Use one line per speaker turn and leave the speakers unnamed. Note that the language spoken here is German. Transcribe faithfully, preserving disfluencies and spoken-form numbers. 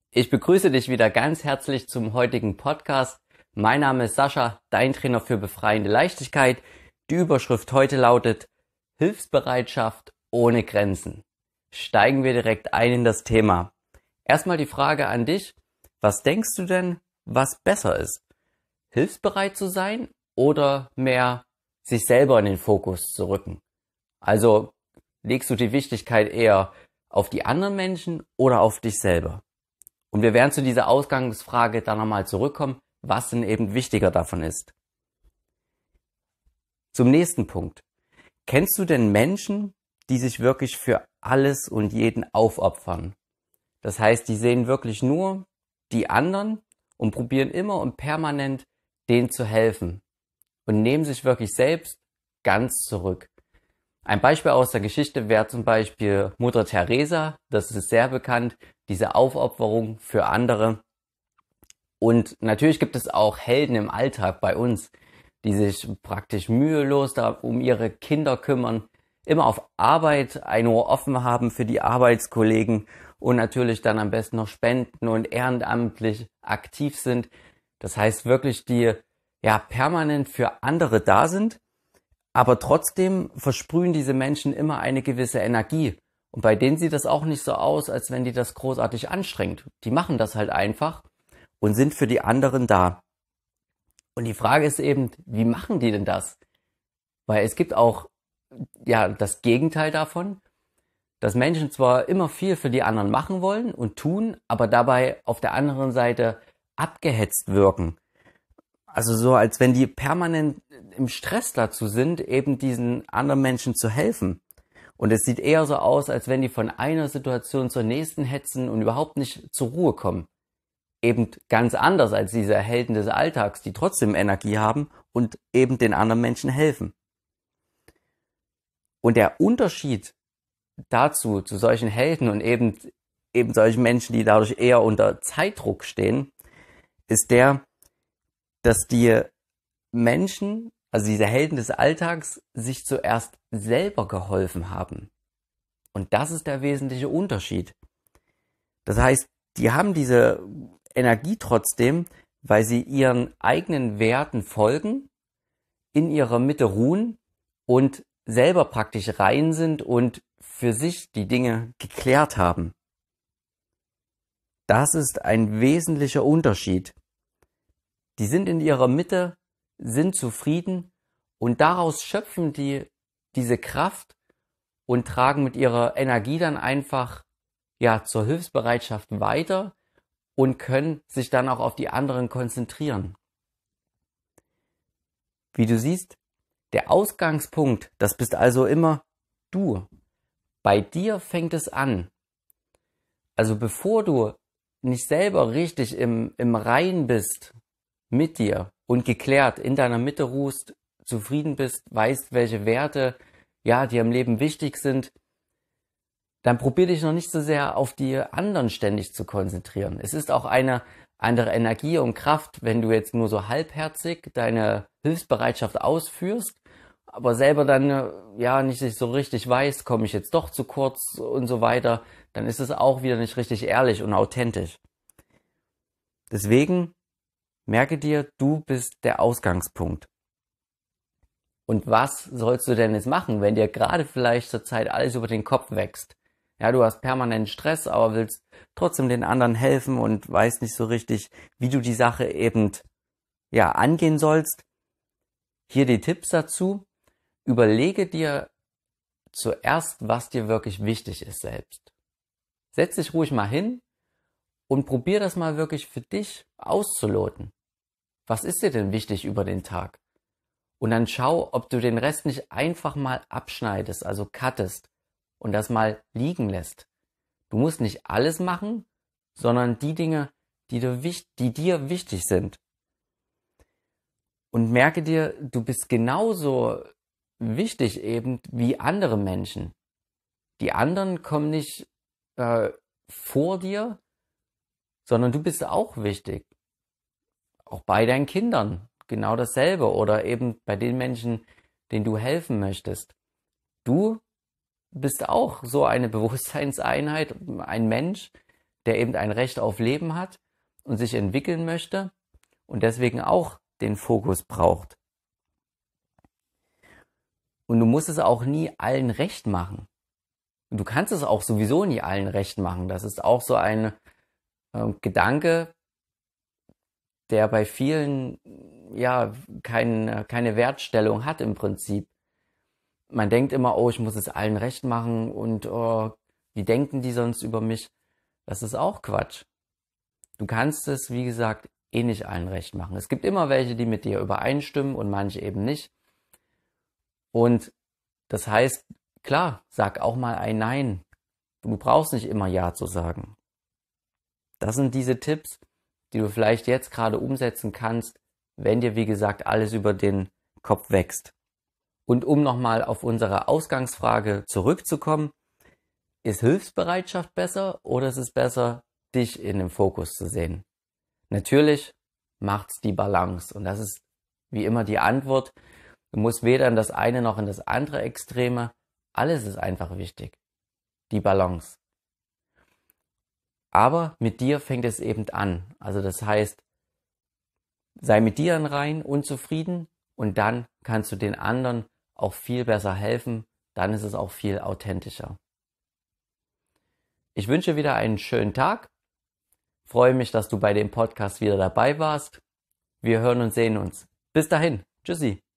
Ich begrüße dich wieder ganz herzlich zum heutigen Podcast. Mein Name ist Sascha, dein Trainer für befreiende Leichtigkeit. Die Überschrift heute lautet Hilfsbereitschaft ohne Grenzen. Steigen wir direkt ein in das Thema. Erstmal die Frage an dich, was denkst du denn, was besser ist? Hilfsbereit zu sein oder mehr sich selber in den Fokus zu rücken? Also legst du die Wichtigkeit eher auf die anderen Menschen oder auf dich selber? Und wir werden zu dieser Ausgangsfrage dann nochmal zurückkommen, was denn eben wichtiger davon ist. Zum nächsten Punkt. Kennst du denn Menschen, die sich wirklich für alles und jeden aufopfern? Das heißt, die sehen wirklich nur die anderen und probieren immer und permanent denen zu helfen und nehmen sich wirklich selbst ganz zurück. Ein Beispiel aus der Geschichte wäre zum Beispiel Mutter Teresa, das ist sehr bekannt, diese Aufopferung für andere. Und natürlich gibt es auch Helden im Alltag bei uns, die sich praktisch mühelos da um ihre Kinder kümmern, immer auf Arbeit ein Ohr offen haben für die Arbeitskollegen und natürlich dann am besten noch spenden und ehrenamtlich aktiv sind. Das heißt wirklich, die ja permanent für andere da sind. Aber trotzdem versprühen diese Menschen immer eine gewisse Energie. Und bei denen sieht das auch nicht so aus, als wenn die das großartig anstrengt. Die machen das halt einfach und sind für die anderen da. Und die Frage ist eben, wie machen die denn das? Weil es gibt auch ja das Gegenteil davon, dass Menschen zwar immer viel für die anderen machen wollen und tun, aber dabei auf der anderen Seite abgehetzt wirken. Also so, als wenn die permanent im Stress dazu sind, eben diesen anderen Menschen zu helfen. Und es sieht eher so aus, als wenn die von einer Situation zur nächsten hetzen und überhaupt nicht zur Ruhe kommen. Eben ganz anders als diese Helden des Alltags, die trotzdem Energie haben und eben den anderen Menschen helfen. Und der Unterschied dazu, zu solchen Helden und eben, eben solchen Menschen, die dadurch eher unter Zeitdruck stehen, ist der, dass die Menschen, also diese Helden des Alltags, sich zuerst selber geholfen haben. Und das ist der wesentliche Unterschied. Das heißt, die haben diese Energie trotzdem, weil sie ihren eigenen Werten folgen, in ihrer Mitte ruhen und selber praktisch rein sind und für sich die Dinge geklärt haben. Das ist ein wesentlicher Unterschied. Die sind in ihrer Mitte, sind zufrieden und daraus schöpfen die diese Kraft und tragen mit ihrer Energie dann einfach ja zur Hilfsbereitschaft weiter und können sich dann auch auf die anderen konzentrieren. Wie du siehst, der Ausgangspunkt, das bist also immer du. Bei dir fängt es an. Also bevor du nicht selber richtig im, im Reinen bist mit dir und geklärt in deiner Mitte ruhst, zufrieden bist, weißt, welche Werte ja dir im Leben wichtig sind, dann probier dich noch nicht so sehr auf die anderen ständig zu konzentrieren. Es ist auch eine andere Energie und Kraft, wenn du jetzt nur so halbherzig deine Hilfsbereitschaft ausführst, aber selber dann ja nicht so richtig weißt, komme ich jetzt doch zu kurz und so weiter, dann ist es auch wieder nicht richtig ehrlich und authentisch. Deswegen merke dir, du bist der Ausgangspunkt. Und was sollst du denn jetzt machen, wenn dir gerade vielleicht zur Zeit alles über den Kopf wächst? Ja, du hast permanent Stress, aber willst trotzdem den anderen helfen und weißt nicht so richtig, wie du die Sache eben ja angehen sollst. Hier die Tipps dazu. Überlege dir zuerst, was dir wirklich wichtig ist selbst. Setz dich ruhig mal hin und probier das mal wirklich für dich auszuloten. Was ist dir denn wichtig über den Tag? Und dann schau, ob du den Rest nicht einfach mal abschneidest, also cuttest und das mal liegen lässt. Du musst nicht alles machen, sondern die Dinge, die, du, die dir wichtig sind. Und merke dir, du bist genauso wichtig eben wie andere Menschen. Die anderen kommen nicht äh, vor dir, sondern du bist auch wichtig. Auch bei deinen Kindern genau dasselbe oder eben bei den Menschen, denen du helfen möchtest. Du bist auch so eine Bewusstseinseinheit, ein Mensch, der eben ein Recht auf Leben hat und sich entwickeln möchte und deswegen auch den Fokus braucht. Und du musst es auch nie allen recht machen. Du kannst es auch sowieso nie allen recht machen. Das ist auch so ein äh, Gedanke, der bei vielen ja kein, keine Wertstellung hat im Prinzip. Man denkt immer, oh, ich muss es allen recht machen und oh, wie denken die sonst über mich? Das ist auch Quatsch. Du kannst es, wie gesagt, eh nicht allen recht machen. Es gibt immer welche, die mit dir übereinstimmen und manche eben nicht. Und das heißt, klar, sag auch mal ein Nein. Du brauchst nicht immer Ja zu sagen. Das sind diese Tipps, die du vielleicht jetzt gerade umsetzen kannst, wenn dir, wie gesagt, alles über den Kopf wächst. Und um nochmal auf unsere Ausgangsfrage zurückzukommen, ist Hilfsbereitschaft besser oder ist es besser, dich in dem Fokus zu sehen? Natürlich macht's die Balance und das ist wie immer die Antwort. Du musst weder in das eine noch in das andere Extreme. Alles ist einfach wichtig. Die Balance. Aber mit dir fängt es eben an. Also das heißt, sei mit dir in Rein unzufrieden und dann kannst du den anderen auch viel besser helfen. Dann ist es auch viel authentischer. Ich wünsche wieder einen schönen Tag. Freue mich, dass du bei dem Podcast wieder dabei warst. Wir hören und sehen uns. Bis dahin. Tschüssi.